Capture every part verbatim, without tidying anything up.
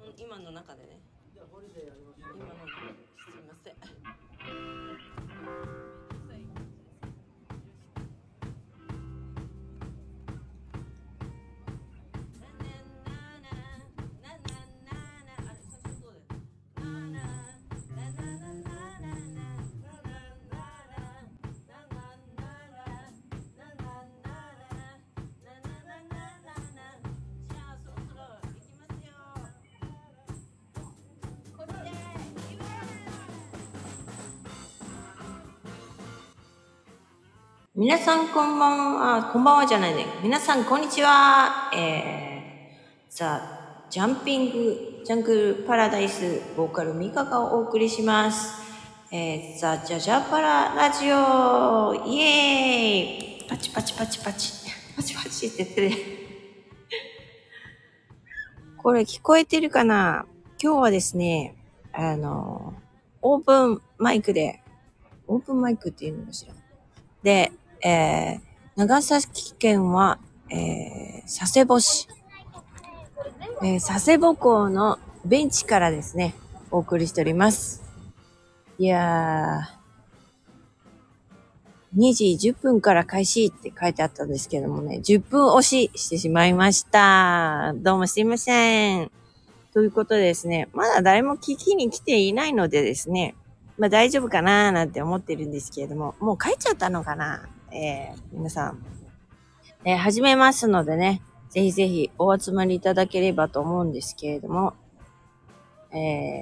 今の中でね。今のすいません。皆さんこんばんは、こんばんはじゃないね。皆さんこんにちは。えー、ザ・ジャンピング・ジャングル・パラダイス、ボーカルミカがお送りします。えー、ザ・ジャジャパララジオ、イエーイパチパチパチパチ、パチパチって言ってる。これ聞こえてるかな？今日はですね、あの、オープンマイクで、オープンマイクっていうのかしら。で、えー、長崎県は、えー、佐世保市、えー、佐世保港のベンチからですね、お送りしております。いやー、にじじゅっぷんから開始って書いてあったんですけどもね、じゅっぷん押ししてしまいました。どうもすいません。ということでですね、まだ誰も聞きに来ていないのでですね、まあ大丈夫かなーなんて思ってるんですけれども、もう帰っちゃったのかな？えー、皆さん、えー、始めますのでね、ぜひぜひお集まりいただければと思うんですけれども、え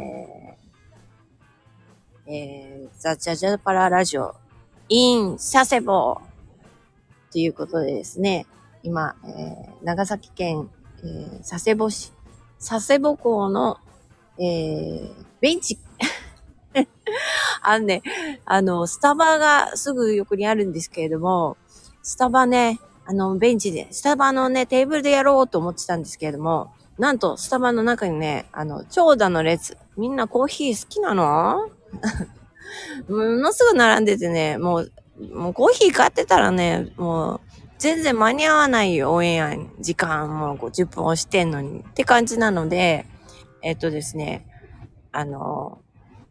ー、えー、ザ・ジャジャパララジオ in 佐世保ということでですね、今、えー、長崎県、えー、佐世保市、佐世保港の、えー、ベンチあのね、あの、スタバがすぐ横にあるんですけれども、スタバね、あの、ベンチで、スタバのね、テーブルでやろうと思ってたんですけれども、なんと、スタバの中にね、あの、長蛇の列。みんなコーヒー好きなの？ものすぐ並んでてね、もう、もうコーヒー買ってたらね、もう、全然間に合わないよ、オンエアに。時間もうじゅっぷん押してんのに。って感じなので、えっとですね、あの、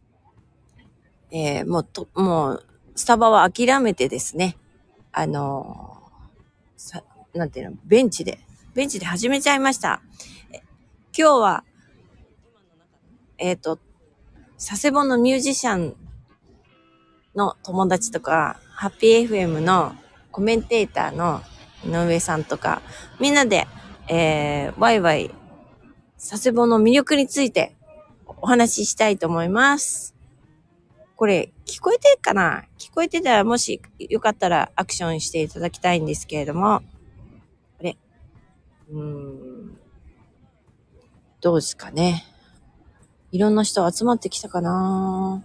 えー、もうと、もう、スタバは諦めてですね、あのー、さ、なんていうの、ベンチで、ベンチで始めちゃいました。え今日は、えっと、佐世保のミュージシャンの友達とか、ハッピー エフエム のコメンテーターの井上さんとか、みんなで、えー、ワイワイ、佐世保の魅力についてお話ししたいと思います。これ、聞こえてるかな？聞こえてたら、もしよかったらアクションしていただきたいんですけれども、あれ、うーん、どうですかね。いろんな人集まってきたかな？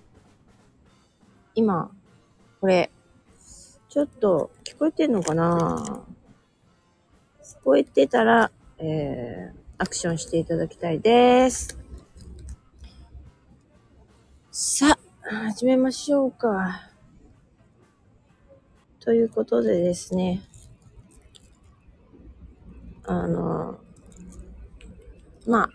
今、これ、ちょっと聞こえてんのかな？聞こえてたら、えー、アクションしていただきたいです。さあ、始めましょうか。ということでですね、あの、まあ、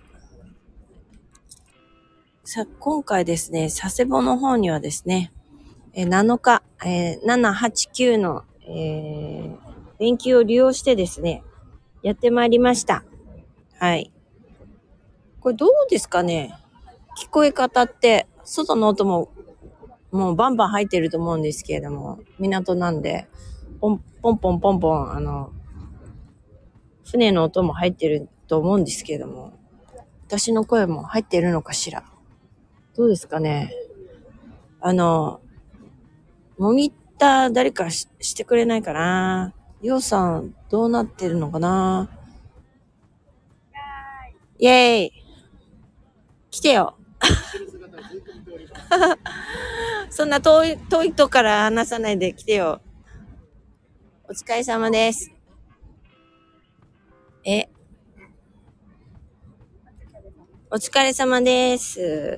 さ、今回ですね、佐世保の方にはですね、えー、なのか、えー、なな、はち、きゅうの、えー、連休を利用してですね、やってまいりました。はい。これどうですかね？聞こえ方って、外の音も、もうバンバン入ってると思うんですけれども、港なんで、ポンポンポンポンポン、あの、船の音も入ってると思うんですけれども、私の声も入ってるのかしら？どうですかね？あの、モニター誰か し, してくれないかな？ようさん、どうなってるのかな？イェーイ！来てよ。そんな遠い、遠いとから話さないで来てよ。お疲れ様です。え、お疲れ様です。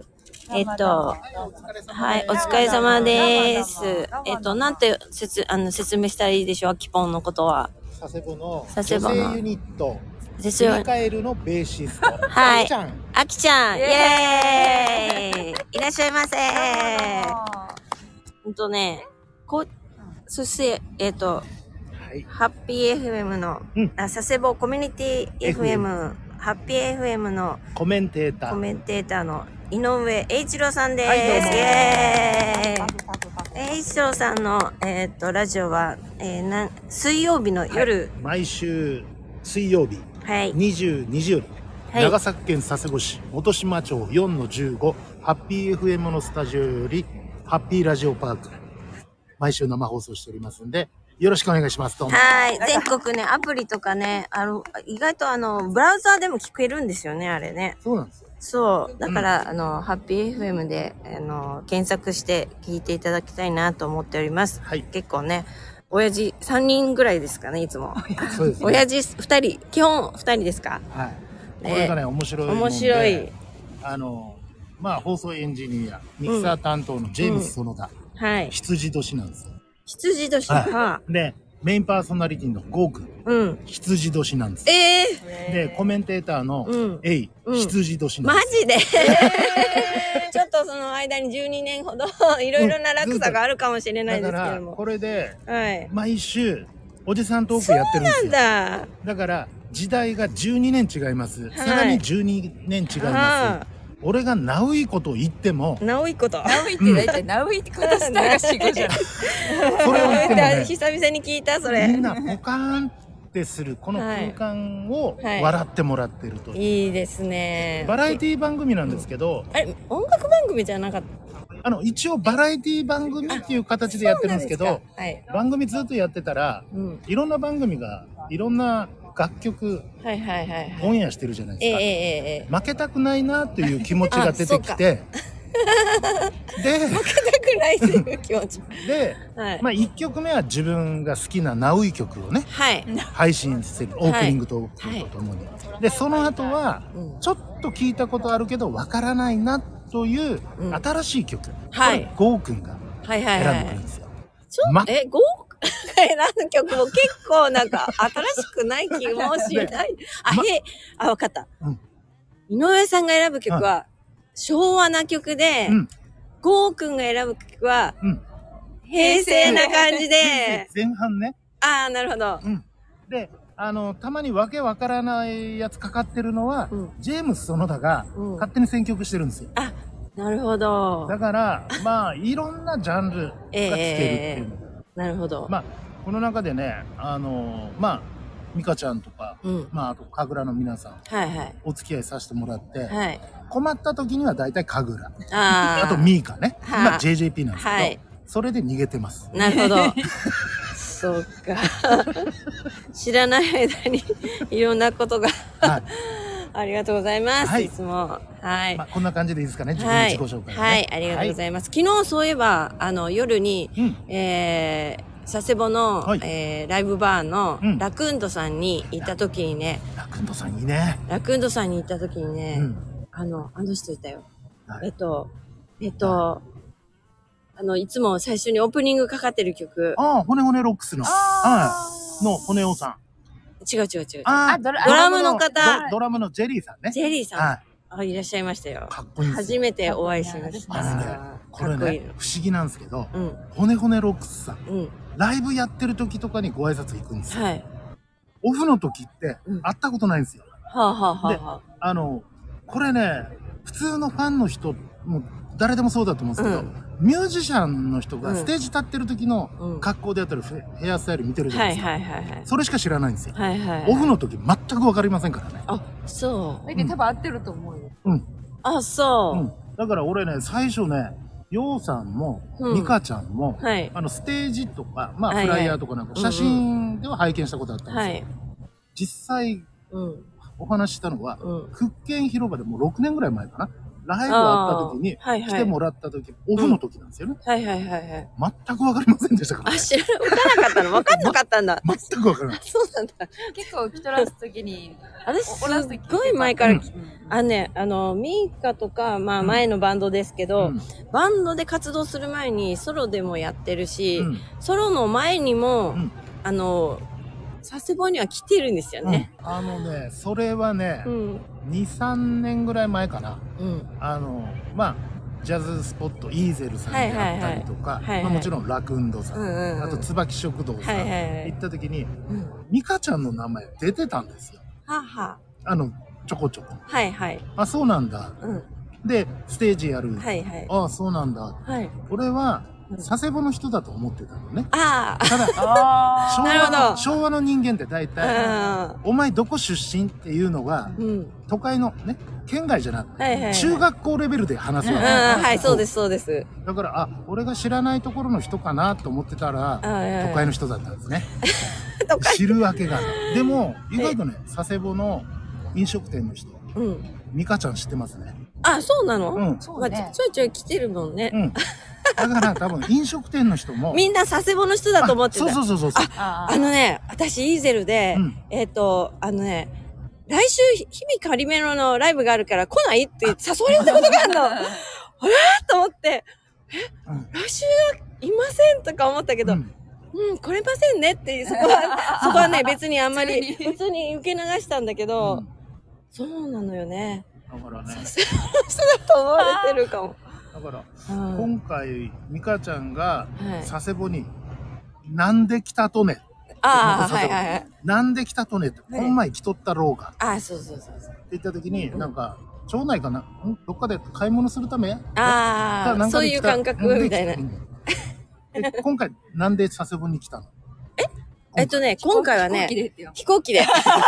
えっと、はい、お疲れ様です。えっと、なんて説、あの、説明したらいいでしょう、キポンのことは。 佐世保の佐世保の女性ユニット、 ですよ。 ミカエルのベーシスト。 はい。 あきちゃん、イエーイいらっしゃいませほんとね、こ、そして、えっ、ー、と、はい、ハッピー エフエム の、うん、あ、佐世保コミュニティ エフエム、エフエム、ハッピー エフエム のコメンテーター、 コメンテーターの井上栄一郎さんです。はい、イエーイ栄一郎さんの、えっ、ー、と、ラジオは、えー、な水曜日の夜、 はい、毎週水曜日、 はい、 にじゅうにじより、はい、長崎県佐世保市本島町 よんのじゅうご ハッピー エフエム のスタジオよりハッピーラジオパーク毎週生放送しておりますんでよろしくお願いします。どうも。 はい。全国ね、アプリとかね、あの、意外とあの、ブラウザーでも聞けるんですよね、あれね。 そうなんですよ。 そう。だから、うん、あの、ハッピー エフエム で、あの、検索して聞いていただきたいなと思っております。はい。結構ね、親父さんにんぐらいですかね、いつも。 そうですね。 親父ふたり、基本ふたりですか。 はい。これがね、面白いもんで。 面白い。 あの、まあ、放送エンジニア、ミキサー担当のジェームス園田。 うん、はい。 羊年なんですよ。 羊年、 はい、はで、メインパーソナリティのゴーくん。うん。羊年なんですよ。 ええー、で、コメンテーターのエイ、うん、羊年なんですよ。マジで、えー、ちょっとその間にじゅうにねんほどいろいろな落差があるかもしれないですけども。だからこれで、 はい。 毎週、おじさんトークやってるんですよ。 そうなんだ。 だから、時代がじゅうにねん違います。はい、さらにじゅうにねん違います。俺がナウイこと言っても。 ナウイこと。 ナウイって大体ナウイってことしたらしい子じゃん。 それを言ってもね。 久々に聞いた、それ。 みんなポカーンってする、この空間を笑ってもらってると。 はいはい、いいですね。 バラエティ番組なんですけど。 あれ、音楽番組じゃなかったあの、一応バラエティ番組っていう形でやってるんですけど、はい、番組ずっとやってたら、うん、いろんな番組が、いろんな楽曲、 はいはいはいはい、 オンエアしてるじゃないですか、 えーえー、 負けたくないなっていう気持ちが出てきてで負けたくないっていう気持ちで、はい、まあいっきょくめは自分が好きなナウイ曲をね、はい、配信してるオープニングトークとともに、はい、でその後は、うん、ちょっと聞いたことあるけどわからないなという新しい曲、うん、はい、ゴーくんが選んでくるんですよ、 はいはいはい、えゴー選んだ曲も結構なんか新しくない気もしない。あ、へえ、あ、わかった、うん。井上さんが選ぶ曲は昭和な曲で、うん、ゴーくんが選ぶ曲は、うん、平成な感じで。 前半ね。 ああ、なるほど、 うん。で、あの、たまにわけわからないやつかかってるのは、うん、ジェームス園田が勝手に選曲してるんですよ。 あ、なるほど。 だから、まあ、いろんなジャンルが聴けるっていうの、えーなるほど。 まあ、この中でね、あのー、まあ、ミカちゃんとか、うん、まあ、あと、神楽の皆さん、はいはい、お付き合いさせてもらって、はい、困った時には大体神楽。あ, あと、ミーカね。今、ジェージェーピー なんですけど、はい、それで逃げてます。 なるほど。そうか。知らない間にいろんなことが、はい。ありがとうございます。はい、いつも。はい。 まあ、こんな感じでいいですかね。自分の自己紹介、ね、 はい。はい。ありがとうございます。はい、昨日そういえば、あの、夜に、うん、えー、佐世保の、はい、えー、ライブバーの、ラクンドさんに行った時にね、 ラクンドさんいいね。 ラクンドさんに行った時にね、うん、あの、あの人いたよ。はい、えっと、えっと、はい、あの、いつも最初にオープニングかかってる曲。 ああ、骨骨ロックスの。はい。の骨尾さん。 違う違う違う違う。 あドラ、ドラムの方ド。ドラムのジェリーさんね。 ジェリーさん。はい。あ、いらっしゃいましたよ。 かっこいいんです初めてお会いしました。 あのね、これね、不思議なんですけど、うん、骨骨ロックスさん、うん、ライブやってる時とかにご挨拶行くんですよ。はい。オフの時って会ったことないんですよ。 うん、はあはあはあ。で、 あの、これね、普通のファンの人、もう誰でもそうだと思うんですけど、うん、ミュージシャンの人がステージ立ってる時の格好であったり、ヘアスタイル見てるじゃないですか。はいはいはいはい。それしか知らないんですよ。はいはいはい。オフの時全くわかりませんからね。 あ、そう。 だけど多分合ってると思うよ。 うん。 あ、そう。うん。 だから俺ね、最初ね、ヨウさんも、ミカちゃんも、はい、あの、ステージとか、まあ、フライヤーとかなんか、写真では拝見したことあったんですよ。はい、実際、うん、お話ししたのは、うん、福建広場でもうろくねんぐらい前かな。ライブあった時に、来てもらった時、オフの時なんですよね。はいはいはいはい。全くわかりませんでしたから、 ね。あ、知らな、わからなかったの？わかんなかったんだ。 全くわからない。 そうなんだ。 結構来とらす時に、 私すっごい前から、うん、あのね、あの、ミーカとか、まあ前のバンドですけど、うん、バンドで活動する前にソロでもやってるし、うん、ソロの前にも、うん、あの、 佐世保には来てるんですよね。 うん、あのね、それはね、うん、に、さんねんぐらい前かな。うん、あの、まあ、ジャズスポット、イーゼルさんであったりとか、もちろんラクンドさん、うんうんうん、あと椿食堂さん、はいはいはい、行った時に、うん、ミカちゃんの名前出てたんですよ。ははあの、ちょこちょこ。はいはい。あ、そうなんだ。うん、で、ステージやる。はいはい。ああ、そうなんだ。はい。俺は、佐世保の人だと思ってたのね。ああ。ただ、昭和の、昭和の人間って大体、お前どこ出身っていうのが、うん、都会のね、県外じゃなくて、はいはいはい、中学校レベルで話すわけ。 はい、そうです、そうです。 だから、あ、俺が知らないところの人かなと思ってたら、都会の人だったんですね。知るわけがない。でも、意外とね、佐世保の飲食店の人、うん、ミカちゃん知ってますね。 あ、そうなの？うん。そうね。まあ、ちょいちょい来てるもんね。うん。 だから多分飲食店の人も。 みんな佐世保の人だと思ってた。 そうそうそうそう。 あ、あのね、私イーゼルで、うん、えっと、あのね、来週、日々カリメロのライブがあるから来ないって誘われたことがあるの。あらーと思って、え、うん、来週はいませんとか思ったけど、うんうん、来れませんねって、そこは、そこはね、別にあんまり、普通に受け流したんだけど、うん、そうなのよね。 だからね。 さすがの人だと思われてるかも。 だから、うん、今回、ミカちゃんが、佐世保に、なんで来たとね。 ああ、はいはいはい。 なんで来たとねって、こん前来とったろうが。 ああ、そうそうそう。って言った時に、なんか、町内かな、どっかで買い物するためああ、そういう感覚みたいな。 今回、なんで佐世保に来たの？ ええっとね、今回はね、飛行機で。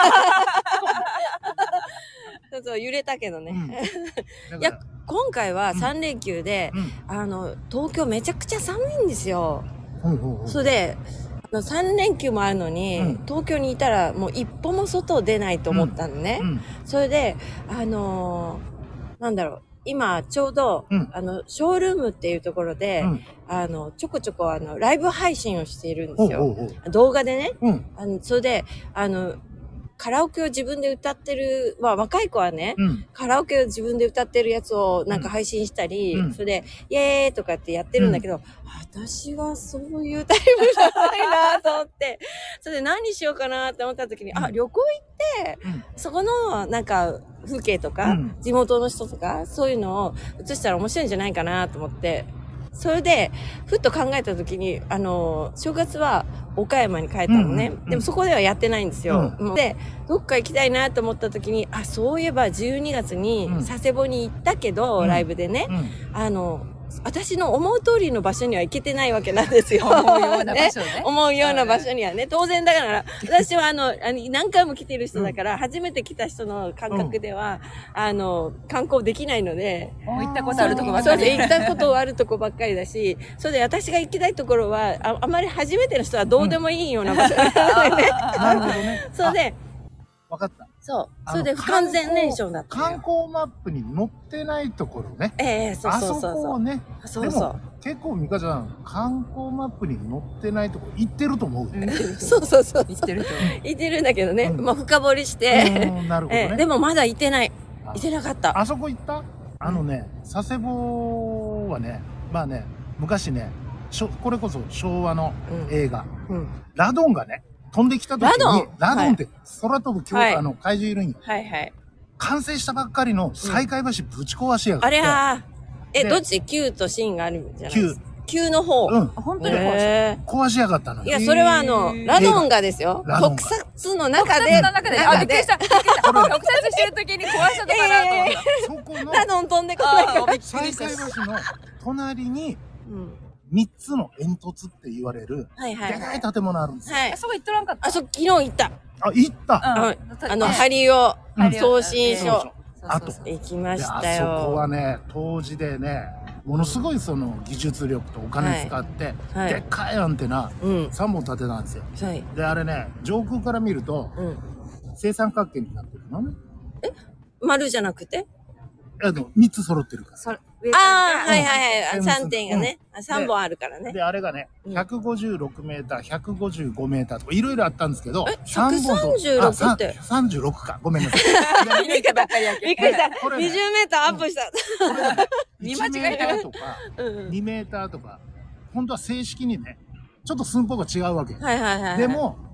そうそう、揺れたけどね。うん、いや、今回はさん連休で、うん、あの、東京めちゃくちゃ寒いんですよ。うんうんうん、それで、さん連休もあるのに、うん、東京にいたらもう一歩も外出ないと思ったのね。うんうん、それで、あのー、なんだろう。今、ちょうど、うん、あの、ショールームっていうところで、うん、あの、ちょこちょこ、あの、ライブ配信をしているんですよ。おうおうおう動画でね。うん、あのそれで、あの、カラオケを自分で歌ってる、まあ若い子はね、うん、カラオケを自分で歌ってるやつをなんか配信したり、うん、それで、イエーイとかってやってるんだけど、うん、私はそういうタイプじゃないなと思って、それで何しようかなって思った時に、うん、あ、旅行行って、うん、そこのなんか風景とか、うん、地元の人とか、そういうのを映したら面白いんじゃないかなと思って、それで、ふっと考えたときに、あの、正月は岡山に帰ったのね。うんうんうん、でもそこではやってないんですよ。うん、で、どっか行きたいなと思ったときに、あ、そういえばじゅうにがつに佐世保に行ったけど、うん、ライブでね、うん、あの、私の思う通りの場所には行けてないわけなんですよ。 思うような場所ね。 ね思うような場所にはね。当然だから、私はあの、何回も来てる人だから、うん、初めて来た人の感覚では、うん、あの、観光できないので。 行ったことあるとこばっかり。 そうで、行ったことあるとこばっかりだし、それで私が行きたいところは、あ, あまり初めての人はどうでもいいような場所なのでね。 なるほどね。 それで、 わかった。 そう。それで不完全燃焼だった。 観光マップに載ってないところね。 ええー、そうそうそうそう。 あそこをね。 そうそう。 結構ミカちゃん、観光マップに載ってないところ行ってると思う。 うん、そうそうそう。 行ってると。 行ってるんだけどね。うん、まあ深掘りして。 なるほどね、 えー。でもまだ行ってない。行ってなかった。 あそこ行った？あのね、佐世保はね、まあね、昔ね、しょこれこそ昭和の映画、うんうん、ラドンがね、飛んできた時に、ラドンラドンって空飛ぶ、はい、あの怪獣いるんよ。はいはい。完成したばっかりの再開橋ぶち壊しやがって。うん、あれは、 え、どっち ?きゅう とシーンがあるんじゃないですか。きゅうの方。 うん。 本当に壊し壊しやがったのよ。 いや、それはあの、ラドンがですよ。特撮の中で。 特撮の中で。あ、びっくりした。びっくりした。特撮してる時に壊したのかなと思った。 そこの、 ラドン飛んでこないから。 再開橋の隣に、みっつの煙突って言われる、でかい建物あるんですよ。 はい。あそこ行っとらんかった。 あそこ昨日行った。 あ、行った。 あの、ハリオ送信所。 あと、 行きましたよ。 あそこはね、当時でね、ものすごいその技術力とお金使って、はい、でっかいアンテナさんぼん立てたんですよ。はい、で、あれね、上空から見ると、うん、正三角形になってるのね。 え丸じゃなくてあの、みっつ揃ってるから。 ああ、はいはいはい。さんてんがね、うん、さんぼんあるからね。 で、あれがね、ひゃくごじゅうろくメーター、ひゃくごじゅうごメーターとか、いろいろあったんですけど、 ひゃくさんじゅうろくって。 さんじゅうろくか。ごめんなさい。 びっくりした。びっくりした。にじゅうメーターアップした。 見間違えたとか、にメーターとか、本当は正式にね、ちょっと寸法が違うわけ。はいはいはい。でも、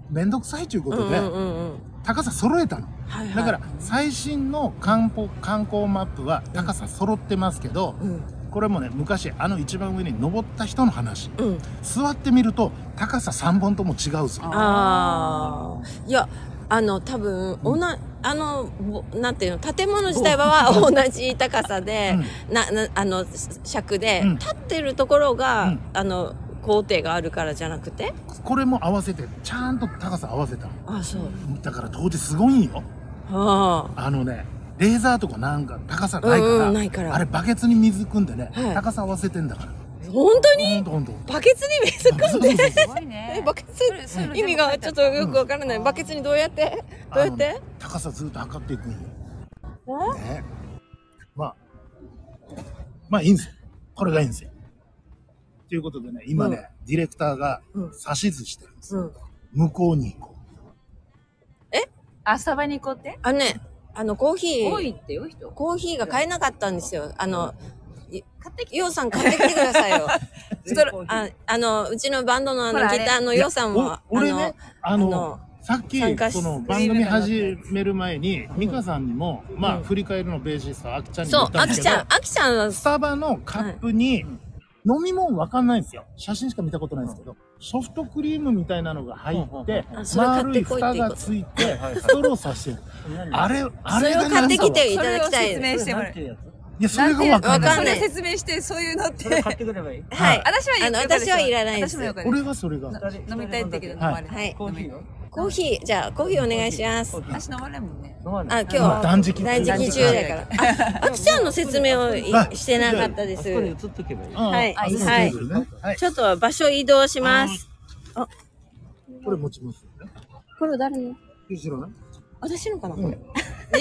めんどくさいということで、高さ揃えたの。はいはい、だから最新の観光、観光マップは高さ揃ってますけど、うん、これもね、昔あの一番上に登った人の話、うん、座ってみると高ささんぼんとも違うぞ。 ああ、いや、あの多分、うん、あのなんていうの、建物自体は同じ高さで、うん、ななあの尺で、うん、立ってるところが、うん、あの高低があるからじゃなくて、 これも合わせてちゃんと高さ合わせたの。 あ、そう。 だから当時すごいよ。はあ。あのね、レーザーとかなんか高さないから、うんうん、ないから、あれバケツに水汲んでね、はい、高さ合わせてんだから。 本当に？ 本当本当。 バケツに水汲んで。すごいね。バケツ、意味がちょっとよくわからない。うん、バケツにどうやってどうやって？ 高さずっと測っていくんよ。ね。まあ、まあいいんですよ。これがいいんですよ。ということでね、今ね、うん、ディレクターが指図してるんですよ。うん、向こうに行こう。え？あ、スタバに行こうって？ あのね、あの、コーヒー。 多いってよ、人。 コーヒーが買えなかったんですよ。あの、買ってきて。ヨウさん買ってきてくださいよ。あ, あの、うちのバンドのあのギターのヨウさんも、 俺ね、あの、さっき、その番組始める前に、ミカさんにも、まあ、振り返るのベーシスト、アキちゃんに言ったんですけど、そう、アキちゃん、アキちゃんは、スタバのカップに、飲み物わかんないんですよ。写真しか見たことないんですけど、ソフトクリームみたいなのが入って、丸い蓋がついて、ストローさしてる。あれ、あれが買ってきていただきたい。 説明してもらう。 いや、それがわかんない。 それ説明して、そういうのって。 買ってくればいい。 はい。 私は、 あの、私はいらないです。 俺はそれが。 飲みたいって言うけど飲まれない。 コーヒーよ。 コーヒー、じゃあ、コーヒーお願いします。 私飲まれんもんね。 あ、今日は断食断食中だから。あ、あきちゃんの説明をしてなかったです。 ここに移っとけばいい。 はい。はい。ちょっと場所移動します。 あ、これ持ちますよね。 これ誰の？ 後ろね。 私のかなこれ。え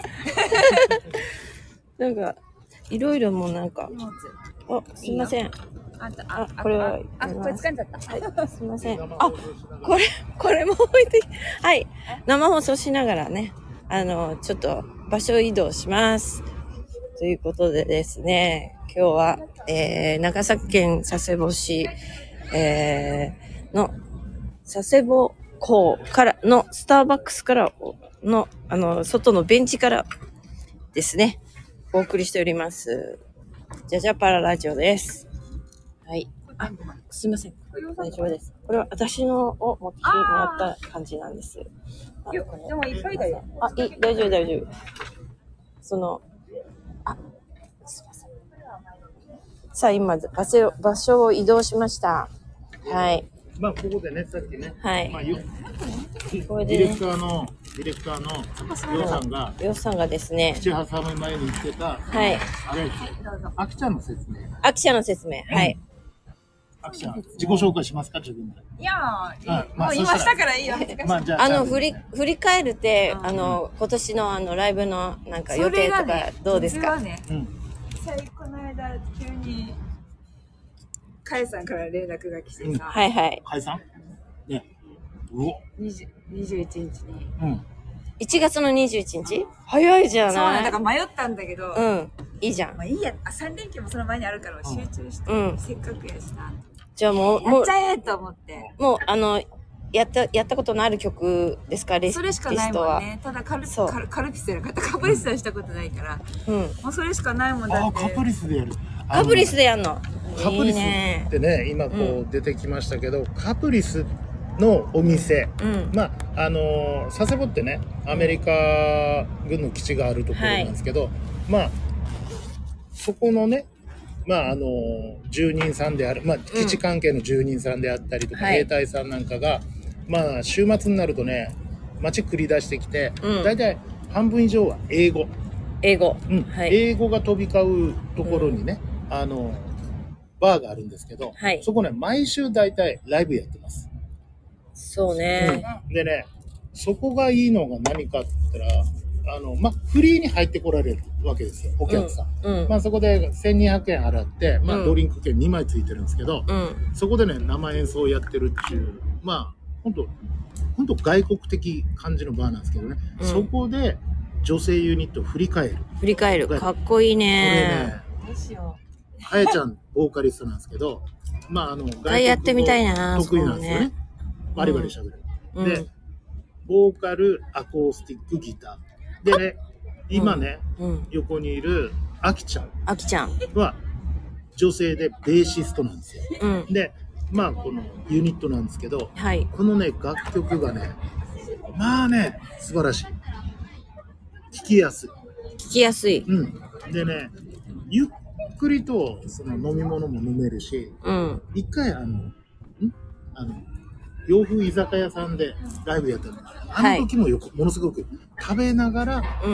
え。なんか、いろいろもうなんか。あ、すいません。 あ、 あ、これは、 あ、これ掴んじゃった。 はい、すみません。あ、これ、これも置いて、はい。生放送しながらね、あの、ちょっと場所移動します。ということでですね、今日は、えー、長崎県佐世保市、えー、の、佐世保港からの、スターバックスからの、あの、外のベンチからですね、お送りしております。じゃじゃパララジオです。はい。あ、すいません。大丈夫です。これは私のを持ってきてもらった感じなんです。 あ、でもいっぱいだよ。 あ、いい、大丈夫、大丈夫。その、あ、すいません。さあ、今、場所、場所を移動しました。はい。 まあ、ここでね、さっきね。 はい。 まあ、よこれで、ね、ディレクターの、ディレクターの、ヨウさんが、 ヨウさんがですね、 なな、はちねんまえに言ってた、 はい。 あれ、アキちゃんの説明。 アキちゃんの説明、はい。 アキちゃん、自己紹介しますか、自分で。 いやー、もう今したからいいよ。 まあ、じゃあ、あの、振り、振り返るって、あの、今年のあの、ライブの、なんか予定とか、どうですか？ ね、うん。最この間、急に、カエさんから連絡が来てさ、うん、 はいはい。 カエさんね。うお。 にじゅういちにちに。 うん。 いちがつのにじゅういちにち？早いじゃない？ そうなんだから迷ったんだけど。 うん。いいじゃん。 まあいいや。あ、さん連休もその前にあるから集中して、うん、せっかくやしな。 じゃあもう、もう。 やっちゃえと思って。 もう、あの、やった、やったことのある曲ですか？レシそれしかないもんね。ただカル、カル、カルピスやる方、カプリスはしたことないから。うん。もうそれしかないもんだって。 あ、カプリスでやる。 カプリスでやるの。 カプリスってね、今こう出てきましたけど、うん、カプリスのお店、うん、まああのー、佐世保ってね、アメリカ軍の基地があるところなんですけど、はい、まあそこのね、まああのー、住人さんである、まあ基地関係の住人さんであったりとか、うん、兵隊さんなんかが、まあ週末になるとね、街繰り出してきて、うん、だいたい半分以上は英語。 英語、 うん、はい、英語が飛び交うところにね、うん、あのバーがあるんですけど、はい、そこね毎週だいたいライブやってます。 そうね、 うん、でね、そこがいいのが何かって言ったら、あのまフリーに入ってこられるわけですよ、お客さん。うんうん、まあそこでせんにひゃくえん払って、まあドリンク券にまいついてるんですけど、うん、そこでね生演奏をやってるっていう、まあ本当本当外国的感じのバーなんですけどね、うん、そこで女性ユニットを振り返る。 振り返る。かっこいいね。 これね、どうしよう。あやちゃん、ボーカリストなんですけど、まあ、あの、 外国語得意なんですよね。バリバリ喋る。 うん、で、ボーカル、アコースティック、ギター。でね、今ね、うんうん、横にいるアキちゃん。 アキちゃんは、女性でベーシストなんですよ。うん、で、まあ、このユニットなんですけど、はい、このね、楽曲がね、まあね、素晴らしい。聴きやすい。 聴きやすい。 うん。でね、ゆっくりとその飲み物も飲めるし、うん、一回あの、んあの、洋風居酒屋さんでライブやったの。あの時もよく、はい、ものすごく食べながら、うん、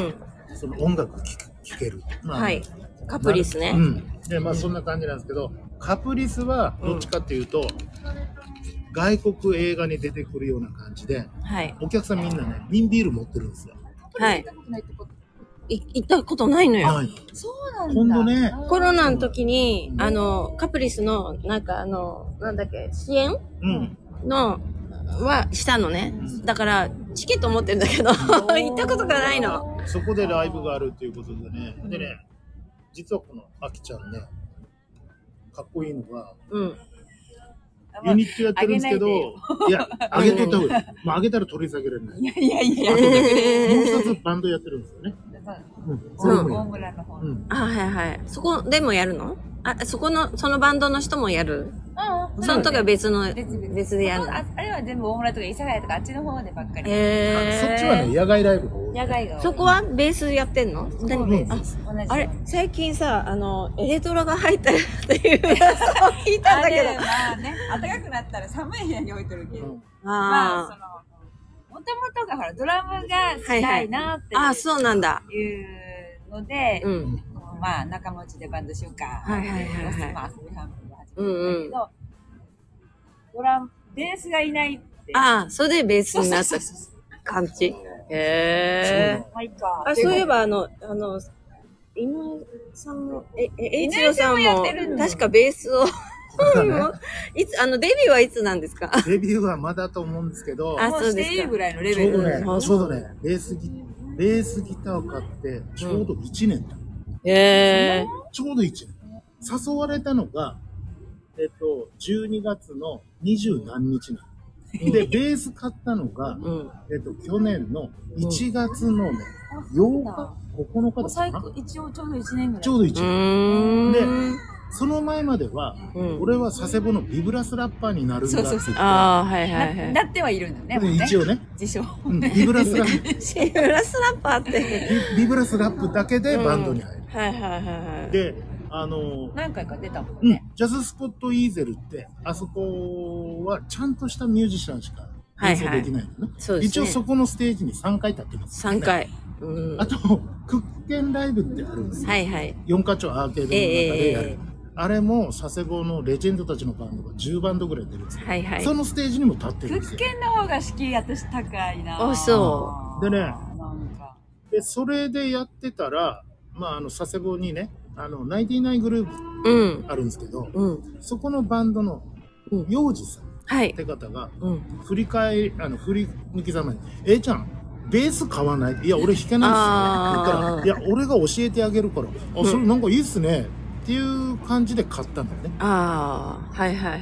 その音楽聴ける。まあ、 はい。カプリスね。 うん。で、まあそんな感じなんですけど、カプリスはどっちかっていうと、うん、外国映画に出てくるような感じで、はい、お客さんみんなね、瓶ビール持ってるんですよ。 はい。行ったことないのよ。はい。 そうなんだ。 今度ね。 コロナの時に、うん、あの、カプリスの、なんかあの、なんだっけ、支援、うん、の、はしたのね。うん、だから、チケット持ってるんだけど、行ったことがないの。 そこでライブがあるっていうことでね。でね、実はこのアキちゃんね、かっこいいのが、うん、ユニットやってるんですけど、いや、あげとった方がいい。まあ、あげたら取り下げられない。いやいやいや。もう一つバンドやってるんですよね。 うん。それも大村の方。うん。あ、はいはい。そこでもやるの？あ、そこの、そのバンドの人もやる？うん。その時は別の、別でやるの？ あれは全部大村とか諫早とかあっちの方でばっかり。 へー。そっちはね、野外ライブが多い。 野外が多い。 そこはベースやってんの？何ベース？あれ、最近さ、あの、エレトロが入ったっていう噂を聞いたんだけど。 まあね、暖かくなったら寒い部屋に置いてるけど。まあ、その、もともとがほら、ドラムがしたいなっていう。 あ、そうなんだ。 いうので、うん、まあ、仲間内でバンドしようか。はいはいはいはい。まあ、遊び半分で始めたんだけど、うんうん、ドラム、ベースがいないって。 ああ、それでベースになった感じ。へえ。あ、そういえば、あの、あの、井上さんも、え、え、一郎さんも、確かベースを、いつ、あの、デビューはいつなんですか？ デビューはまだと思うんですけど、 あ、そうですか。ぐらいのレベル。 ちょうどね、ちょうどね、ベースギ、ベースギターを買って、ちょうどいちねんだ。 へ、 うん、ちょうどいちねん。誘われたのが、えっと、じゅうにがつのにじゅうなんにちなの。で、ベース買ったのが、うん、えっと、去年のいちがつのね、ようか、ここのかですかな。 一応ちょうどいちねんぐらい。 ちょうどいちねん。で、その前までは、うん、俺は佐世保のビブラスラッパーになるんだって言って。 ああ、はいはいはい。 なってはいるんだね。 一応ね。 自称。 うん、ビブラスラップ。ビブラスラッパーってビ。ビブラスラップだけでバンドに入る。 うん、はいはいはいはい。 で、あのー、 何回か出たもんね。 うん。ジャズスポットイーゼルって、あそこはちゃんとしたミュージシャンしか演奏できないのね。はいはい、そうですね。一応そこのステージにさんかい立ってます、ね。 さんかい。うん、 あと、クッケンライブってあるんですよ。 はいはい。 四か町アーケードの中でやる。えー、あれも佐世保のレジェンドたちのバンドがじゅうバンドぐらい出るんですよ。はいはい。そのステージにも立ってるんですよ。 クッケンの方が敷居私高いな。 あ、そう。 でね、なんかで、それでやってたら、まあ、あの、佐世保にね、あの、ナインティナイングループあるんですけど、うん、そこのバンドの、幼児さんって方が、振り返り、あの、振り抜きざまに、えーちゃん、ベース買わない？いや、俺弾けないっすよ。って言ったら、いや、俺が教えてあげるから、あ、それなんかいいっすね。っていう感じで買ったのね。 ああ、はいはいはい。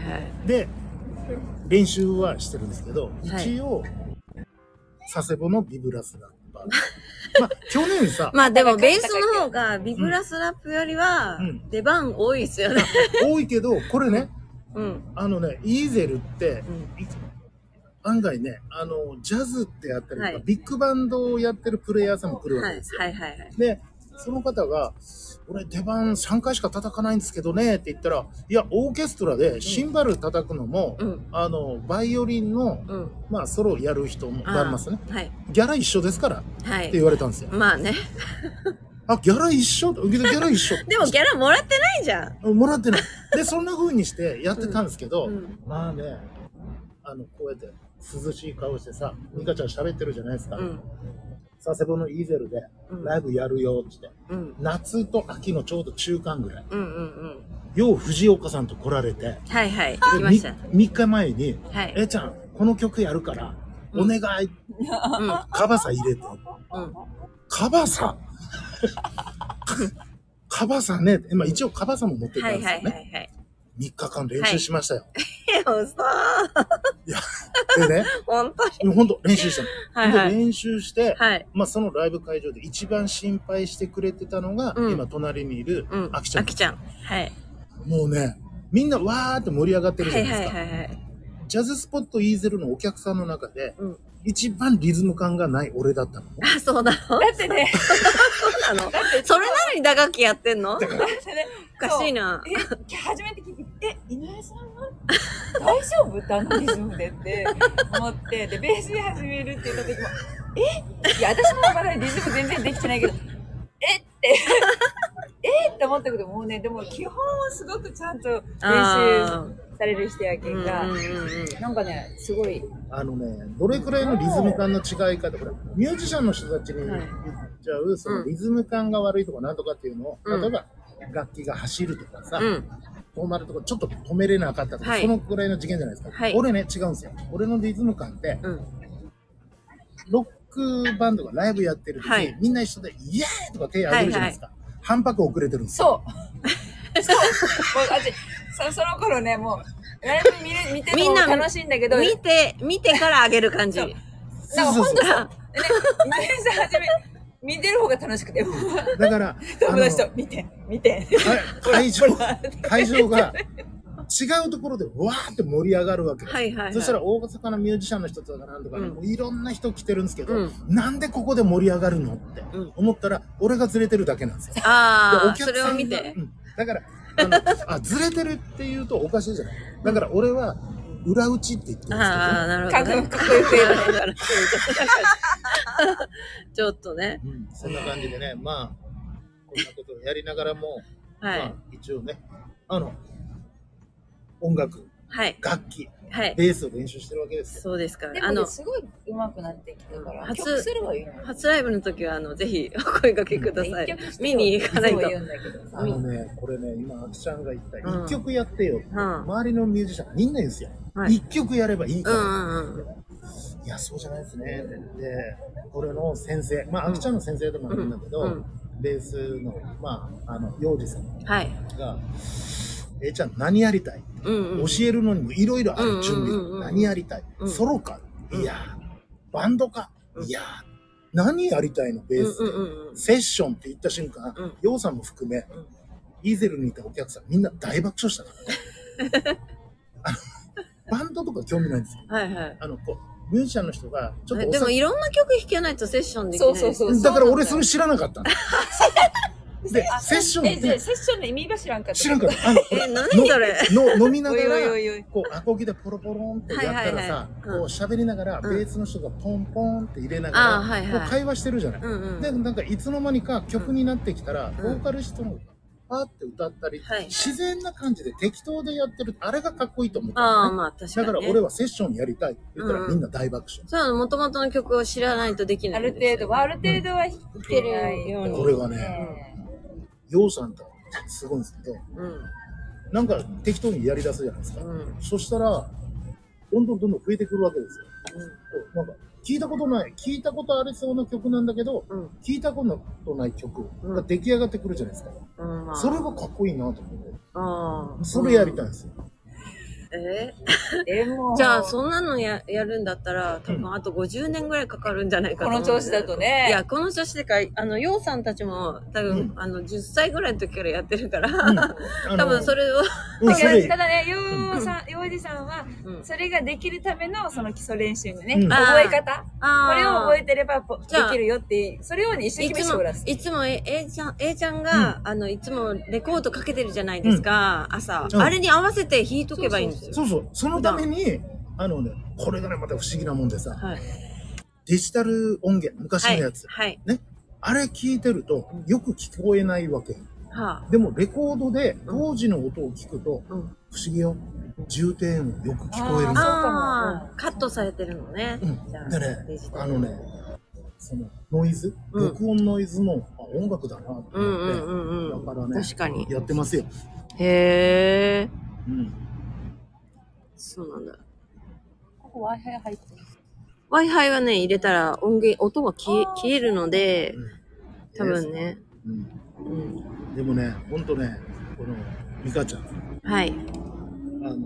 で、練習はしてるんですけど、一応、佐世保のビブラスラッパー。まあ、去年さ。 まあでもベースの方がビブラスラップよりは出番多いですよね。 うん、多いけど、これね、うん、あのね、イーゼルって、うん、案外ね、あの、ジャズってやったりとか、はい、ビッグバンドをやってるプレイヤーさんも来るわけですよ。はいはいはいはい。で、その方が、俺出番さんかいしか叩かないんですけどねって言ったら、いや、オーケストラでシンバル叩くのも、うん、あの、バイオリンの、うん、まあ、ソロやる人もありますね。はい。ギャラ一緒ですから、はい、って言われたんですよ。 まあね。 あ、ギャラ一緒ギャラ一緒でもギャラもらってないじゃん。もらってない。で、そんな風にしてやってたんですけど、うんうん、まあね、あの、こうやって涼しい顔してさ、ミカちゃん喋ってるじゃないですか。うん、佐世保のイーゼルでライブやるよって、うん、夏と秋のちょうど中間ぐらい。うんうんうん。よう藤岡さんと来られて。 はいはい。来ました。 みっかまえに、はい、えーちゃん、この曲やるから、お願い。うん、カバサ入れて。うん、カバサカバサね。まあ一応カバサも持ってたんですよね。はいはいはいはい。みっかかん練習しましたよ。 よ、さいや、でね、 本当に。 本当練習したの。 はいはい、 で練習して、 はい、 まあそのライブ会場で一番心配してくれてたのが、うん、今隣にいるあきちゃん。 あきちゃん。はい。 もうね、みんなわーって盛り上がってるじゃないですか。 はいはいはいはい、 ジャズスポットイーゼロのお客さんの中で、うん、一番リズム感がない俺だったの。 あ、そうなの？ だってね。 そうなの？それなのに打楽器やってんの？ だからおかしいな。 え、初めて聞いて、え、井上さんは大丈夫ってあのリズムでって思って、で、ベースで始めるって言った時も、えいや、私もまだリズム全然できてないけど、えって、えって思ったけど、もうね、でも基本はすごくちゃんと練習される人やけんが、なんかね、すごい。 あのね、どれくらいのリズム感の違いかって、これ、ミュージシャンの人たちに言っちゃう、そのリズム感が悪いとかなんとかっていうのを、例えば楽器が走るとかさ、止まるとか、ちょっと止めれなかったとか、そのくらいの次元じゃないですか。俺ね、違うんですよ。俺のリズム感って、ロックバンドがライブやってる時に、みんな一緒で、イエーイとか手挙げるじゃないですか。反拍遅れてるんですよ。そう。そう。もう、あそ、その頃ね、もう、ライブ見る、見てるのも楽しいんだけど。 見て、見てから上げる感じ。そう。 そうそうそう。でね、皆さん初め、見てる方が楽しくて。 だから、 友達と、見て、見て。 会場、会場が、違うところでわーって盛り上がるわけです。はいはいはい、そしたら大阪のミュージシャンの人とかなんとかね、うん、もういろんな人来てるんですけど、うん、なんでここで盛り上がるのって思ったら、俺がずれてるだけなんですよ。 ああ、それを見て。 うん、だから、あの、あ、ずれてるって言うとおかしいじゃない。だから俺は、裏打ちって言ってるんですけど、ね。 ああ、なるほど、ね。かっこよく言うから。ちょっとね、 うん。そんな感じでね、まあ、こんなことをやりながらも、はい、まあ、一応ね、あの、音楽、はい、楽器、はい、ベースを練習してるわけですよ。 そうですか。 でも、ね、すごい上手くなってきたから、 初曲すればいいの。 初ライブの時は、あの、ぜひお声掛けください。うん、見に行かないと。 あのね、これね、今、あきちゃんが言った、一曲やってよって、うん、周りのミュージシャンみんな言うんですよ。一、はい、曲やればいいから。うんうんうん、いや、そうじゃないですね。で、俺の先生、まあ、あきちゃんの先生でもあるんだけど、うんうん、ベースの、まあ、あの、洋二さんが、はい、えー、ちゃん何やりたい、うんうん、教えるのにもいろいろある準備、うんうんうん、何やりたい、うん、ソロか、いやバンドか、うん、いや何やりたいのベースで、うんうんうん、セッションって言った瞬間、うん、ヨウさんも含め、うん、イーゼルにいたお客さんみんな大爆笑したからねあのバンドとか興味ないんですよ、はいはい、あのこうミュージシャンの人がちょっとでもいろんな曲弾けないとセッションできない。そうそうそう。 だから俺それ知らなかったので、セッションって。セッションの意味が知らんかった。 知らんかった。あの、 え、何それの飲みながら、こう、アコギでポロポロンってやったらさ、こう喋りながら、ベースの人がポンポンって入れながら、こう会話してるじゃない。で、なんかいつの間にか曲になってきたら、ボーカリストのパーって歌ったり、自然な感じで適当でやってる。あれがかっこいいと思ったのね。ああ、まあ確かに。だから俺はセッションやりたいって言ったらみんな大爆笑。 そう、もともとの曲を知らないとできない。 ある程度は、ある程度は弾けるように。 これがね、ヨウさんとすごいんですけど、うん、なんか適当にやり出すじゃないですか。うん、そしたら、どんどんどんどん増えてくるわけですよ。うん、なんか聞いたことない、聞いたことありそうな曲なんだけど、うん、聞いたことない曲が出来上がってくるじゃないですか。うんまあ、それがかっこいいなと思って。あそれやりたいんですよ。 ええもうじゃあそんなの や, やるんだったら多分あとごじゅうねんぐらいかかるんじゃないかと思う、 この調子だとね。 いやこの調子でかあのヨウさんたちも多分、うん、あのじゅっさいぐらいの時からやってるから、うん、多分それを、 うん、ただねヨウさん、ヨウジさんは、うん、それができるためのその基礎練習のね、うん、覚え方これを覚えてればできるよってそれをね一生懸命してもらう。 いつも A ちゃん A ちゃんが、うん、あのいつもレコードかけてるじゃないですか、うん、朝、うん、あれに合わせて弾いとけばいいんですよ。 そうそうそのために、あのね、これがね、また不思議なもんでさ、はい、デジタル音源、昔のやつ、はいはい、ね、あれ聞いてると、よく聞こえないわけ。はあ、でも、レコードで当時の音を聞くと、うん、不思議よ。重低音よく聞こえるんだよ。 ああ、カットされてるのね。 うん、でね、あのね、そのノイズ、うん、録音ノイズも、あ、音楽だなと思って、うんうんうん、だからね、 確かにやってますよ。 へー。うん。そうなんだ。 ここ Wi-Fi 入ってる。 Wi-Fi はね、入れたら音源、音が消え、消えるので、うん、多分ね、 うんうん。でもね、ほんとね、この、ミカちゃん。 はい。 あの、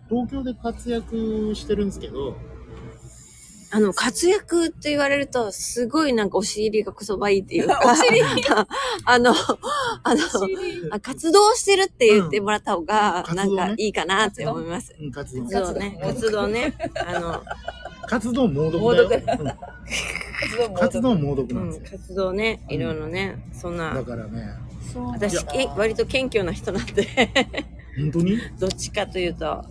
東京で活躍してるんですけど、 あの、活躍って言われると、すごいなんかお尻がクソばいいっていうか、お尻あの、あの、活動してるって言ってもらった方が、なんかいいかなって思います。 うん、活動。 そうね、活動ね。あの、 活動猛毒だよ。活動猛毒なんですよ。 活動ね、いろいろね、そんな。 だからね。 私、割と謙虚な人なんで。 本当に？ どっちかというと。はい、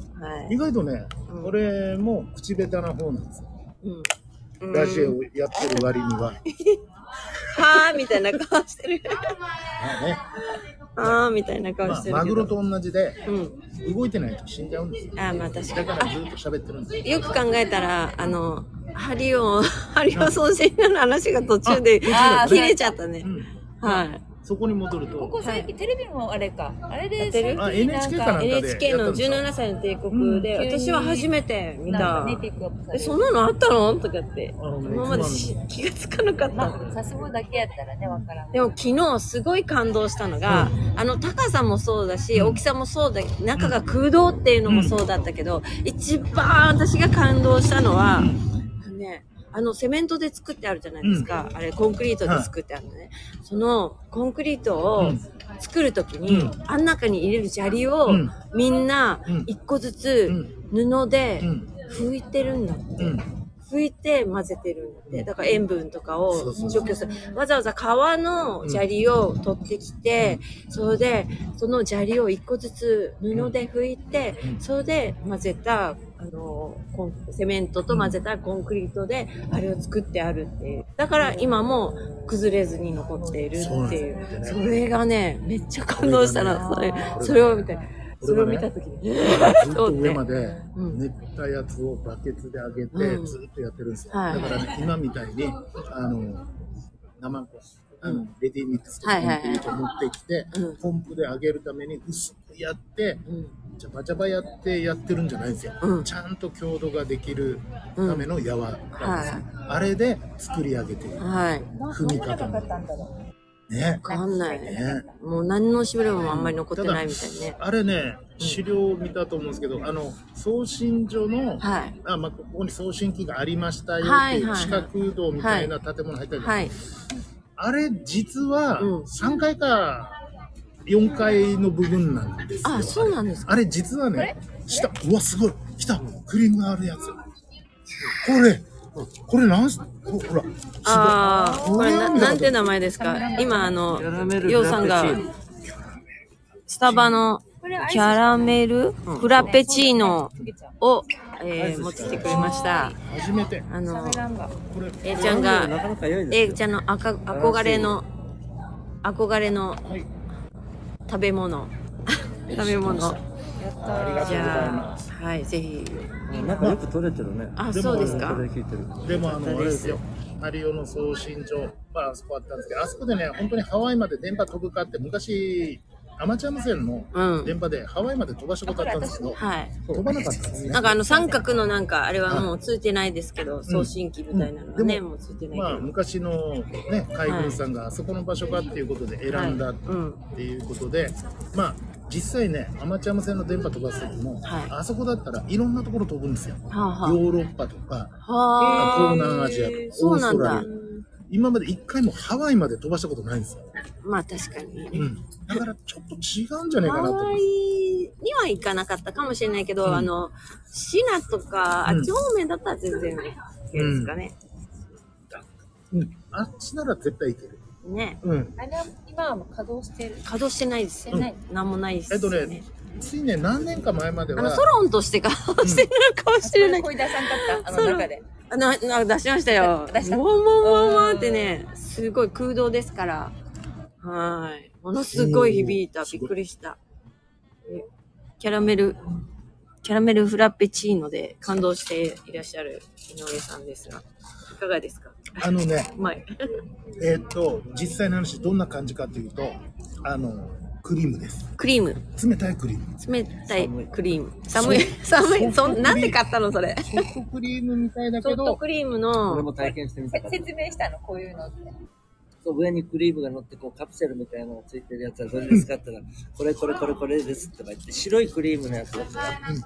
意外とね、俺も口下手な方なんですよ。うん、ラジオやってる割には。 はぁみたいな顔してる。 まあね。 あーみたいな顔してるけど。 まあ、マグロと同じで、うん、動いてないと死んじゃうんですよ。 あーまあ確かに。 だからずっと喋ってるんですよ。 よく考えたら、あの、ハリオ、ハリオ送信の話が途中で切れちゃったね。うん、はい。 そこに戻ると。 ここ最近テレビもあれか。あれでやってる？ あ、エヌエイチケー かなんかで。 エヌエイチケー のじゅうななさいの帝国で、うん、私は初めて見た。え、そんなのあったのとかって。今まで気がつかなかった。 まあ、さすがだけやったらね、わからん。 でも昨日すごい感動したのが、うん、あの高さもそうだし、うん、大きさもそうだ、中が空洞っていうのもそうだったけど、うん、一番私が感動したのは、うん、ね、あのセメントで作ってあるじゃないですか、うん、あれコンクリートで作ってあるのね、はい、そのコンクリートを作るときに、うん、あん中に入れる砂利を、うん、みんな一個ずつ布で拭いてるんだって、うん、拭いて混ぜてるんだって、だから塩分とかを除去する、わざわざ川の砂利を取ってきて、うん、それでその砂利を一個ずつ布で拭いて、それで混ぜたあのセメントと混ぜたコンクリートであれを作ってあるっていう。だから今も崩れずに残っているっていう。それがね、めっちゃ感動したな。それ、それを見て。それを見たときに。 ずっと上まで練ったやつをバケツで上げてずっとやってるんですよ。だからね、今みたいに、あの、生粉、あの、レディーミックスとコンクリートを持ってきて、ポンプで上げるために薄くやって、ジャバジャバやってやってるんじゃないんですよ、うん、ちゃんと強度ができるためのやわらです、うんはい、あれで作り上げている、はい、踏み方もね、 わかんないね。もう何の資料もあんまり残ってないみたいね。 あれね、資料を見たと思うんですけど、あの送信所の、はい、あ、まあ、ここに送信機がありましたよっていう地下空洞みたいな建物入ったり、はいはい、あれ実はさんがいかよんかいの部分なんですよ。 あ、そうなんですか。 あれ実はね、下、うわ、すごい、来た、クリームがあるやつ。これ、これなんす、ほら。 ああ、これな、なんて名前ですか。今、あの、ヨウさんが、スタバのキャラメルフラペチーノを、えー、持ってきてくれました。 初めて。 あの、A ちゃんが、A ちゃんの赤憧れの、憧れの、食べ物食べ物やったー。じゃあはい、ぜひなんかよく取れてるね。 あ、そうですか。 でもあのあれですよ、ハリオの送信所、まああそこあったんですけど、あそこでね、本当にハワイまで電波飛ぶかって昔アマチュア無線の電波でハワイまで飛ばしたことあったんですけど、うん、はい、飛ばなかったですね。 なんかあの三角のなんかあれはもうついてないですけど、送信機みたいなのはね、うん、もうついてないけど、まあ昔のね海軍さんがあそこの場所かっていうことで選んだっていうことで、はい、うん、まあ実際ね、アマチュア無線の電波飛ばす時も、はい、あそこだったらいろんなところ飛ぶんですよ。はあはあ、ヨーロッパとか、はあ、東南アジアとか、オーストラリア。今まで一回もハワイまで飛ばしたことないんですよ。 まあ確かに、 うん。だからちょっと違うんじゃないかなと思います。 ハワイには行かなかったかもしれないけど、うん、あの、シナとか、あっち方面だったら全然いけるんですかね、 うんうん。あっちなら絶対行ける。 ね。 うん。あれは今はもう稼働してる。 稼働してないですよね。うん、なんもないですよね。 えっとね、 ついね、何年か前までは。 あの、ソロンとして稼働してるかもしれない。 声出さんかった、あの中で。 な、な、出しましたよ。出した。ワンワンワンワンってね、すごい空洞ですから。はい。ものすごい響いた。びっくりした。キャラメル、キャラメルフラペチーノで感動していらっしゃる井上さんですが、いかがですか？ あのね、 うまい。 えっと、実際の話、どんな感じかというと、あの、クリームです。 クリーム。 冷たいクリーム。 冷たいクリーム。寒い。寒い。そん、なんで買ったのそれ。 ソフトクリームみたいだけど。 ソフトクリームの。 俺も体験してみたかった。 説明したのこういうのって。 そう、上にクリームが乗って、こうカプセルみたいなのがついてるやつはどれですかって言ったら、これこれこれこれですって言って、白いクリームのやつだったら、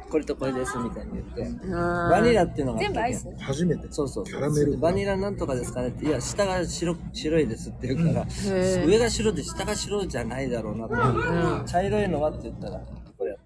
これとこれですみたいに言って。バニラっていうのが全部アイス初めて。 そうそう。 キャラメル。 バニラなんとかですかねって、いや、下が白、白いですって言うから、上が白で下が白じゃないだろうなと思って、茶色いのはって言ったら、これやった。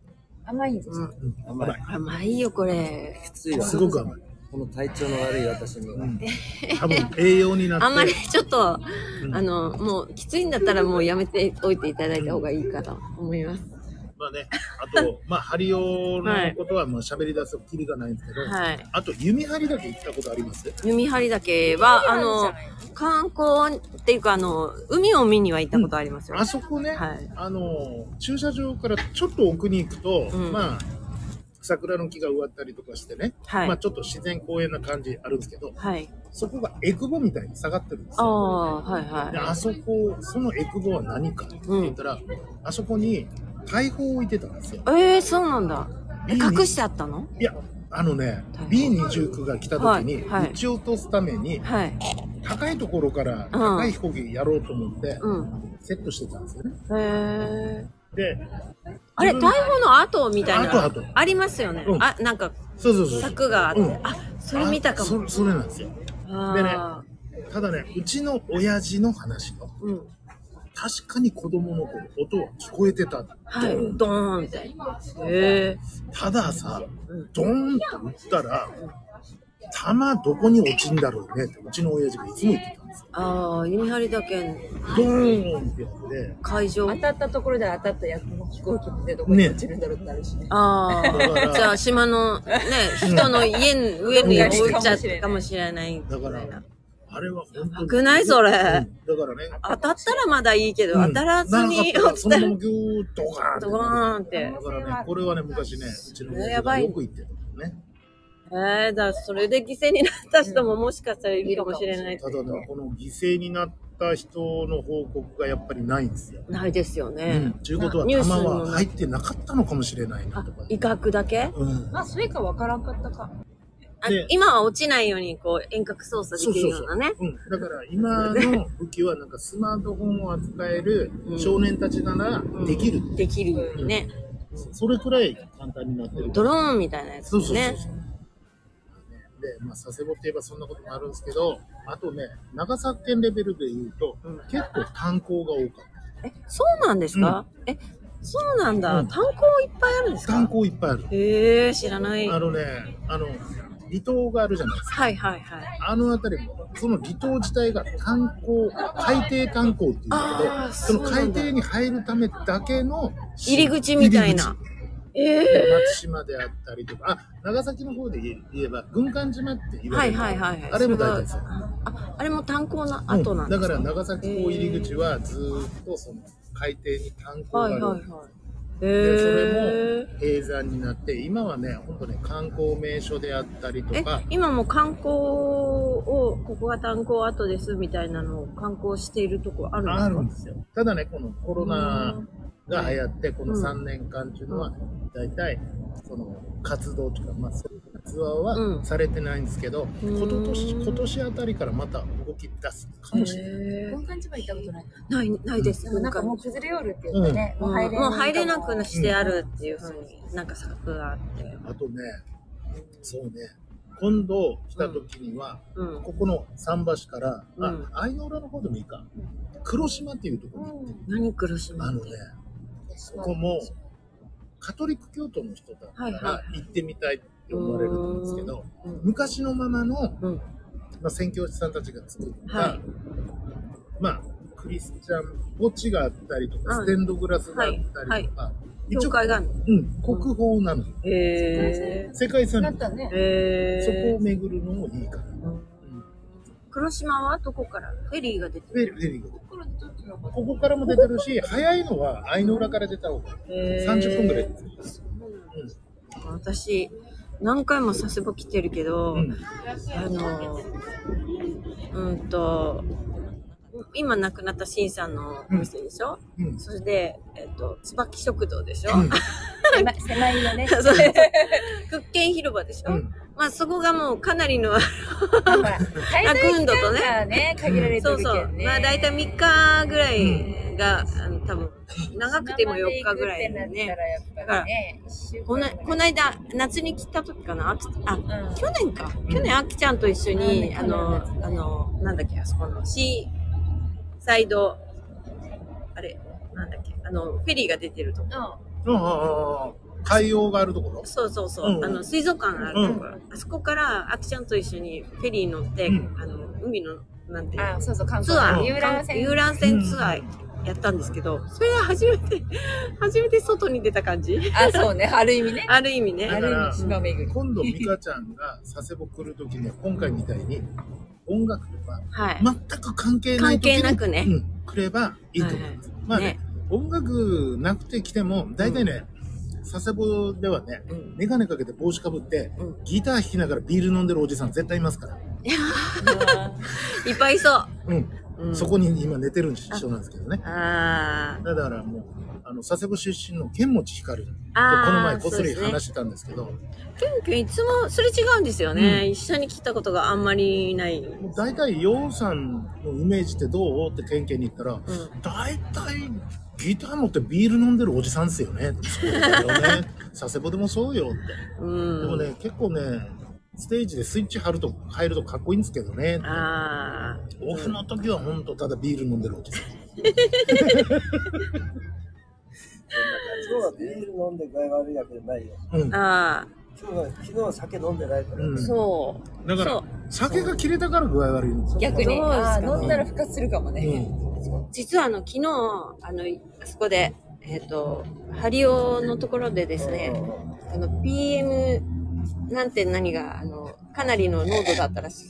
甘いんですよ。 甘い。 甘いよ、これ。 きついわ。 すごく甘い。 この体調の悪い私には。 多分栄養になって。 あんまりちょっと、あの、もうきついんだったらもうやめておいていただいた方がいいかと思います。 まあね、あと、まあ、ハリオのことはもう喋り出すとキリがないんですけど、はい、あと、弓張岳行ったことあります？ 弓張岳は、あの、観光っていうか、あの、海を見には行ったことありますよ。 うん、あそこね、はい、あの、駐車場からちょっと奥に行くと、うん、まあ、桜の木が植わったりとかしてね、はい、まあちょっと自然公園な感じあるんですけど、はい、そこがエクボみたいに下がってるんですよ。あ、はいはい、であそこ、そのエクボは何かって言ったら、うん、あそこに大砲を置いてたんですよ。 えー、そうなんだ。隠してあったの？ いや、あのね、ビーにじゅうきゅう が来た時に撃ち落とすために、はい、高いところから高い飛行機やろうと思って、うん、セットしてたんですよね。へー。で、 あれ、大砲の跡みたいなのありますよね。うん、あ、なんか、 そうそうそう柵があって、うん、あ、それ見たかも。 そ, それなんですよ。でね、ただね、うちの親父の話の、うん、確かに子供の頃、音は聞こえてた。 はい、ドーンって。へー。たださ、ドーンと撃ったら、弾どこに落ちんだろうねって、うちの親父がいつも言ってたんですよ。 ああ、弓張岳ドーンってやって、 会場当たったところで当たったやつの飛行機ってどこに落ちるんだろうってなるしね。ねああ、じゃあ島のね、人の家の上に置いちゃったかもしれない。 だから、あれは本当に。 危ないそれ、うん。だからね。 当たったらまだいいけど、うん、当たらずに落ちたら。そのままギューッとガーンって。 ドガーンって。 だからね、これはね、昔ね、うちの親がよく言ってたね。 えー、だそれで犠牲になった人ももしかしたらいるかもしれない。 ただね、この犠牲になった人の報告がやっぱりないんですよ。 ないですよね。 と、うん、いうことは弾は入ってなかったのかもしれないなとか、ね。 威嚇だけ？ うん。まあ、それかわからんかったか。 今は落ちないようにこう遠隔操作できるようなね。 そうそうそう、うん。だから今の武器はなんかスマートフォンを扱える少年たちならできる。うんうん、できるようにね、 うん。それくらい簡単になってる。 ドローンみたいなやつですね。そうそうそうそう。 で、まあ、佐世保って言えばそんなこともあるんですけど、あとね、長崎県レベルで言うと、うん、結構炭鉱が多かった。 え、そうなんですか？うん、え、そうなんだ、うん。炭鉱いっぱいあるんですか？ 炭鉱いっぱいある。 へー、知らない。 あのね、あの、離島があるじゃないですか。 はいはいはい。 あのあたりも、その離島自体が炭鉱、海底炭鉱っていうんだけど、その海底に入るためだけの入り口みたいな。えー、 松島であったりとか、あ、長崎の方で言えば軍艦島って言われる、はいはいはい、あれも大体ですよ。 あ、あれも炭鉱の後なんですか？ うん、だから長崎港入り口はずっとその海底に炭鉱がある、はいはいはい、でそれも閉山になって、今はね、本当ね、観光名所であったりとか、 え今も観光をここが炭鉱跡ですみたいなのを観光しているところあるんですか？ あるんですよ。ただね、このコロナが流行って、このさんねんかんっていうのは、だいたいその活動というか、まあ、そういうツアーはされてないんですけど、うん、今年今年あたりからまた動き出すかもしれない。 軍艦島行ったことない？ ないないです。 うん、なんかもう崩れよるっていうかね、 うん、もう入れもう入れなくしてあるっていうふうになんか策があって。 あとね、そうね。今度来た時には、うん、ここの桟橋から、うん、あ、相浦の方でもいいか。黒島っていうところに行って、 うん、何黒島？ あのね、ここもカトリック教徒の人だったら行ってみたいって思われると思うんですけど、うん、昔のままの、うん、まあ、宣教師さんたちが作った、はい、まあクリスチャン墓地があったりとか、ステンドグラスがあったりとか、はいはい、 教会があるの？ うん、国宝なの。 へー、 世界遺産だったね。 そこを巡るのもいいかな。うん、 黒島はどこからフェリーが出てる？ フェリーが出てる。ここからも出てるし、早いのは相浦から出た方がさんじゅっぷんぐらい出てる。 うん、私何回も佐世保来てるけど、うん、あのうんと今亡くなった新さんのお店でしょ、うん、それで、えっと、椿食堂でしょ、うん、 狭いよね福建広場でしょ、うん、 まあそこがもうかなりの滞在期間がね、限られてるけどね。そうそう。 まあ大体みっかぐらいが、あの多分、長くてもよっかぐらいでね。だから、この、この間、夏に来た時かな、あ、あ、うん、去年か。去年、あきちゃんと一緒に、うん、あの、あの、なんだっけ、あそこの、シーサイド、あれ、なんだっけ、あの、フェリーが出てるとこ。 うん。うん。海洋があるところ？ そうそうそう。うん、あの、水族館があるところ。うん、あそこから、あきちゃんと一緒にフェリー乗って、うん、あの、海の、なんていうの？ あ、そうそう、観光ツアー、遊覧船。遊覧船ツアーやったんですけど、それは初めて、初めて外に出た感じ。 あ、そうね。ある意味ね。 ある意味ね。 ある意味島巡り。 今度、美香ちゃんが佐世保来るときね、今回みたいに、音楽とか、はい、全く関係ない時に、 関係なくね、 うん、来ればいいと思います。はいはい、まあね、ね、音楽なくて来ても、大体ね、うん、佐世保ではね、うん、メガネかけて帽子かぶって、うん、ギター弾きながらビール飲んでるおじさん絶対いますから。 いっぱいいそう。 うん。うん、そこに今寝てる人なんですけどね。あだからもう、あの、佐世保出身の剣持ひかるとこの前こっそり話してたんですけど。 ケンケンいつもすれ違うんですよね。うん、一緒に来たことがあんまりない。 もう大体、ヨウさんのイメージってどうってケンケンに言ったら、うん、大体、ギター持ってビール飲んでるおじさんですよね。そうだよね。佐世保でもそうよって。うん、でもね、結構ね、ステージでスイッチ入ると、入るとかっこいいんですけどね。あオフの時はほんとただビール飲んでるおじさん。今日はビール飲んで具合悪いわけじゃないよ。うん、ああ。今日は昨日は酒飲んでないから。うん、 そう。だから酒が切れたから具合悪いんですよ。 逆にあ飲んだら復活するかもね。 うん、実はあの昨日あのあそこでえっ、ー、とハリオのところでですね、あの ピーエムなんて何が、あの、かなりの濃度だったらしい。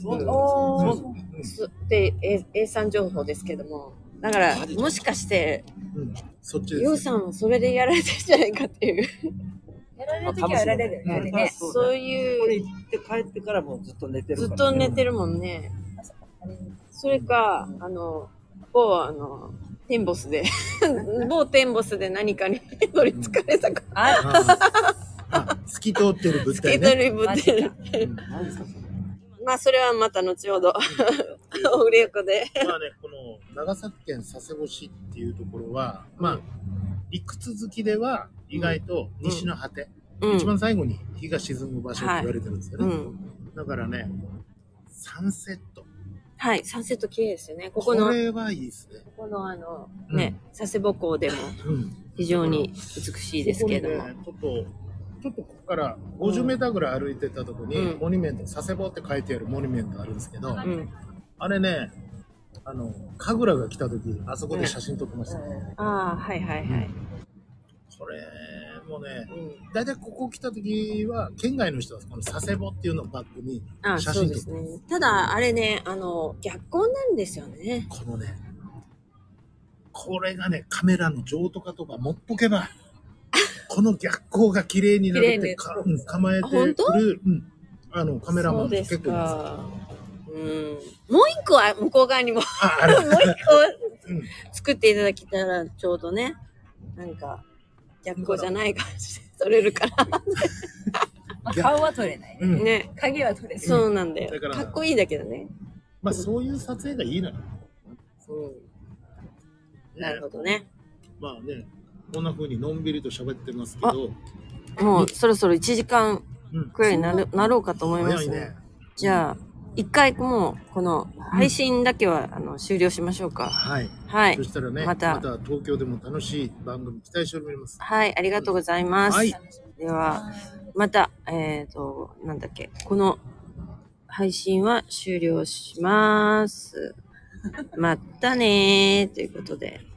で、A さん情報ですけども。だから、もしかして、うん、そっちです。ヨウさんはそれでやられてるんじゃないかっていう。 やられるときはやられるよね。ねそういう。 ここに行って帰ってからもずっと寝てる、 ね。ずっと寝てるもんね。それか、あの、某、あの、テンボスで、某テンボスで何かに取り憑かれたか。 あ、透き通ってる物体ね。 透き通る物体。まあ、それはまた後ほど、お売れ横で。 まあね、この長崎県佐世保市っていうところは、まあ、陸続きでは意外と西の果て、うん、一番最後に日が沈む場所って言われてるんですよね。はいうん、だからね、サンセット。 はい、サンセット綺麗ですよね。ここの。 これはいいですね。 ここのあの、ね、うん、佐世保港でも非常に美しいですけども。 ね、ちょっとちょっとここからごじゅうメーターぐらい歩いてたとこに、うん、モニュメント、佐世保って書いてあるモニュメントあるんですけど、うん、あれね、あの、神楽が来た時、あそこで写真撮ってましたね。 うん、ああ、はいはいはい。うん、 これもね、だいたいここ来た時は、県外の人はこの佐世保っていうのをバックに写真撮ってます。 そうですね。ただ、あれね、あの、逆光なんですよね。 このね、これがね、カメラの上とかとか持っとけば、この逆光が綺麗になるってか、うん、構えてくる、うん、あのカメラマン結構います。 うん、もう一個は向こう側にもああもう一個作っていただけたらちょうどね、なんか逆光じゃない感じで撮れるから。 まあ、顔は撮れない、うん、ね。影は撮れない。 そうなんだよ。だからかっこいいだけどね。 まあそういう撮影がいいのよ。 うん。なるほどね。 まあね。こんな風にのんびりと喋ってますけど、 もうそろそろいちじかんくらいになる、うん、なろうかと思いますね。ねじゃあ一回もうこの配信だけは、うん、あの終了しましょうか。 はい。 はい。 そしたらね、また、また東京でも楽しい番組期待しております。 はい、ありがとうございます。はい、ではまたえっとなんだっけこの配信は終了します。またねーということで。